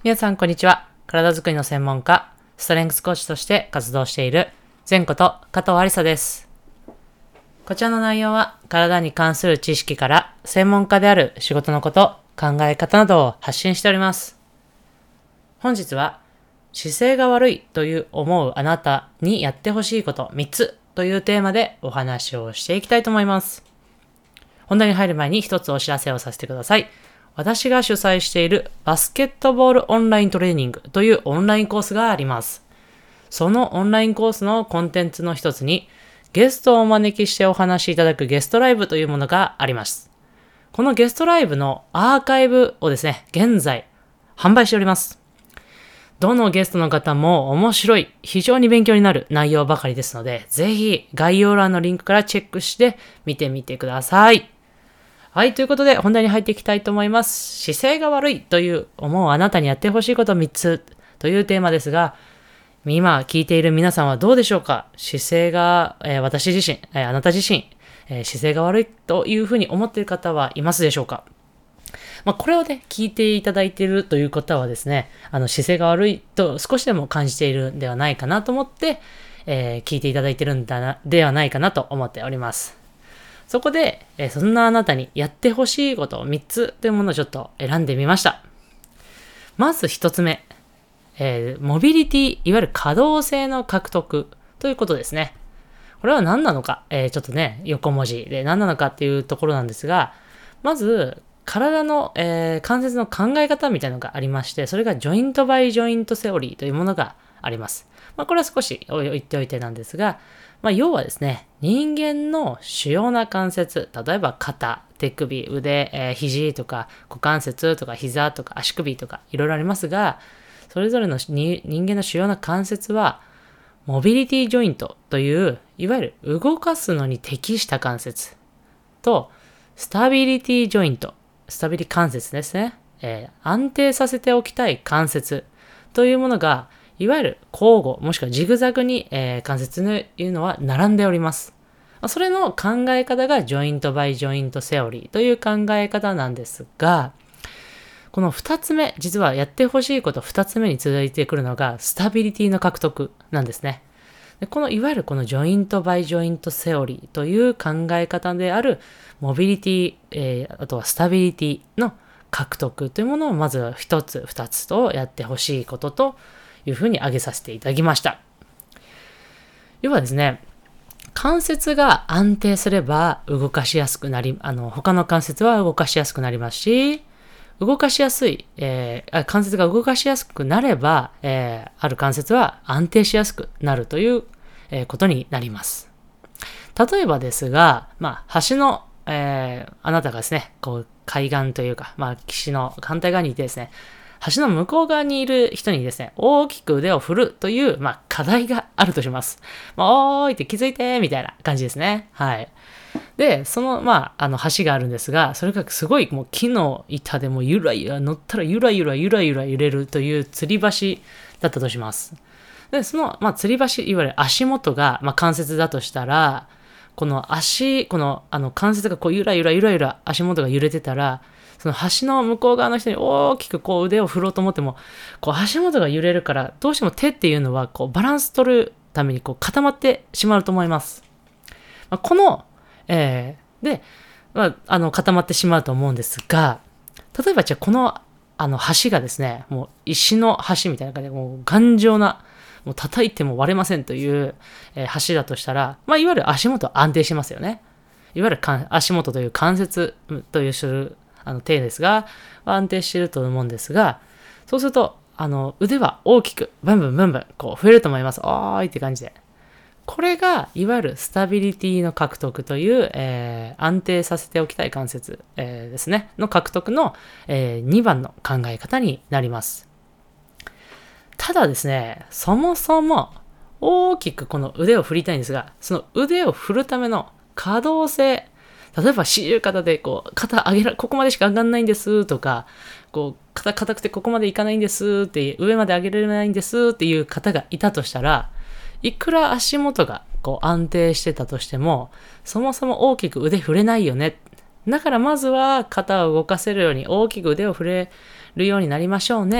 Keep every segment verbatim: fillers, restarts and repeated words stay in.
皆さんこんにちは。体づくりの専門家、ストレングスコーチとして活動している前こと加藤ありさです。こちらの内容は体に関する知識から専門家である仕事のこと、考え方などを発信しております。本日は姿勢が悪いという思うあなたにやってほしいことみっつというテーマでお話をしていきたいと思います。本題に入る前に一つお知らせをさせてください。私が主催しているバスケットボールオンライントレーニングというオンラインコースがあります。そのオンラインコースのコンテンツの一つにゲストをお招きしてお話しいただくゲストライブというものがあります。このゲストライブのアーカイブをですね、現在販売しております。どのゲストの方も面白い、非常に勉強になる内容ばかりですので、ぜひ概要欄のリンクからチェックして見てみてください。はい、ということで本題に入っていきたいと思います。姿勢が悪いという思うあなたにやってほしいことみっつというテーマですが、今聞いている皆さんはどうでしょうか？姿勢が、えー、私自身、えー、あなた自身、えー、姿勢が悪いというふうに思っている方はいますでしょうか？まあ、これをね、聞いていただいているという方はですね、あの姿勢が悪いと少しでも感じているんではないかなと思って、えー、聞いていただいているんだな、ではないかなと思っております。そこで、えー、そんなあなたにやってほしいことをみっつというものをちょっと選んでみました。まずひとつめ、えー、モビリティ、いわゆる可動性の獲得ということですね。これは何なのか、えー、ちょっとね、横文字で何なのかっていうところなんですが、まず、体の、えー、関節の考え方みたいなのがありまして、それがジョイントバイジョイントセオリーというものがあります。まあ、これは少し言っておいてなんですが、まあ、要はですね、人間の主要な関節、例えば肩、手首、腕、えー、肘とか股関節とか膝とか足首とかいろいろありますが、それぞれの人間の主要な関節は、モビリティジョイントという、いわゆる動かすのに適した関節と、スタビリティジョイント、スタビリ関節ですね、えー、安定させておきたい関節というものが、いわゆる交互もしくはジグザグに、えー、関節というのは並んでおります。それの考え方がジョイントバイジョイントセオリーという考え方なんですが、この二つ目、実はやってほしいこと二つ目に続いてくるのがスタビリティの獲得なんですね。でこのいわゆるこのジョイントバイジョイントセオリーという考え方であるモビリティ、えー、あとはスタビリティの獲得というものをまず一つ二つとやってほしいことというふうに挙げさせていただきました。要はですね、関節が安定すれば動かしやすくなり、あの他の関節は動かしやすくなりますし、動かしやすい、えー、関節が動かしやすくなれば、えー、ある関節は安定しやすくなるという、えー、ことになります。例えばですが、まあ、橋の、えー、あなたがですね、こう海岸というか、まあ、岸の反対側にいてですね、橋の向こう側にいる人にですね、大きく腕を振るという、まあ、課題があるとします。まあ、おーいって気づいてみたいな感じですね。はい。で、その、まあ、あの、橋があるんですが、それがすごい、もう木の板でもゆらゆら、乗ったらゆらゆらゆらゆら揺れるという吊り橋だったとします。で、その、まあ、吊り橋、いわゆる足元が、まあ、関節だとしたら、この足、この、あの、関節がこう、ゆらゆらゆらゆら足元が揺れてたら、その橋の向こう側の人に大きくこう腕を振ろうと思っても、こう足元が揺れるから、どうしても手っていうのは、こう、バランス取るためにこう固まってしまうと思います。まあ、この、えー、で、まあ、あの固まってしまうと思うんですが、例えばじゃあこのあの橋がですね、もう石の橋みたいな感じで、もう頑丈な、もう叩いても割れませんという、えー、橋だとしたら、まあ、いわゆる足元安定しますよね。いわゆる足元という関節というあの手ですが、安定していると思うんですが、そうすると、あの腕は大きく、ブンブンブンブン、こう増えると思います。おーいって感じで。これがいわゆるスタビリティの獲得という、えー、安定させておきたい関節、えー、ですねの獲得の、えー、にばんの考え方になります。ただですね、そもそも大きくこの腕を振りたいんですが、その腕を振るための可動性、例えば四十肩でこう肩上げらここまでしか上がんないんですとか、こう肩硬くてここまでいかないんですって上まで上げられないんですっていう方がいたとしたら、いくら足元がこう安定してたとしても、そもそも大きく腕振れないよね。だからまずは肩を動かせるように大きく腕を振れるようになりましょうね。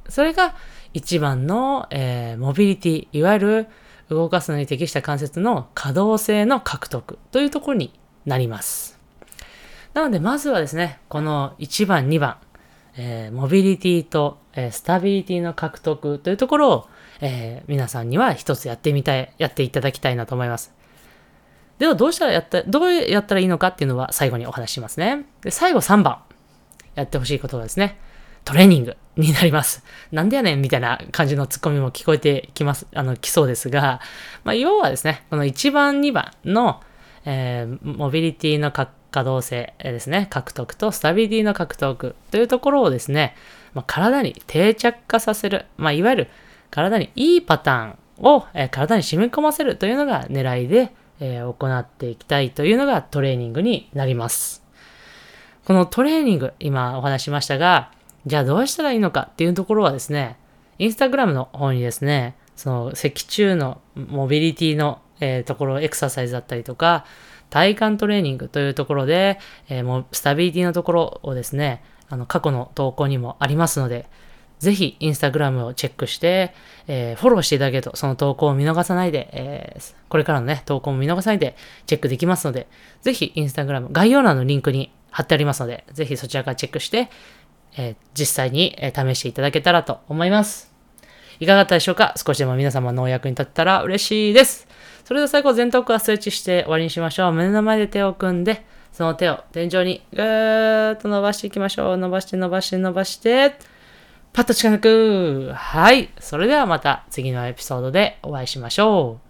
それが一番の、えー、モビリティ、いわゆる動かすのに適した関節の可動性の獲得というところになります。なのでまずはですね、このいちばん、にばん、えー、モビリティと、えー、スタビリティの獲得というところを、えー、皆さんには一つやってみたい、やっていただきたいなと思います。ではどうしたらやった、どうやったらいいのかっていうのは最後にお話ししますね。で、最後さんばん、やってほしいことはですね、トレーニングになります。なんでやねんみたいな感じのツッコミも聞こえてきます、あの、来そうですが、まあ、要はですね、このいちばん、にばんの、えー、モビリティの可動性ですね、獲得とスタビリティの獲得というところをですね、まあ、体に定着化させる、まあ、いわゆる体にいいパターンを、えー、体に染み込ませるというのが狙いで、えー、行っていきたいというのがトレーニングになります。このトレーニング、今お話ししましたが、じゃあどうしたらいいのかっていうところはですね、インスタグラムの方にですね、その脊柱のモビリティの、えー、ところ、エクササイズだったりとか、体幹トレーニングというところで、えー、もうスタビリティのところをですね、あの過去の投稿にもありますので、ぜひインスタグラムをチェックして、えー、フォローしていただけると、その投稿を見逃さないで、えー、これからのね、投稿も見逃さないでチェックできますので、ぜひインスタグラム、概要欄のリンクに貼ってありますので、ぜひそちらからチェックして、えー、実際に、えー、試していただけたらと思います。いかがだったでしょうか？少しでも皆様のお役に立ったら嬉しいです。それでは最後、前頭からストレッチして終わりにしましょう。胸の前で手を組んで、その手を天井にぐーっと伸ばしていきましょう。伸ばして伸ばして伸ばして、パッと力抜く。はい。それではまた次のエピソードでお会いしましょう。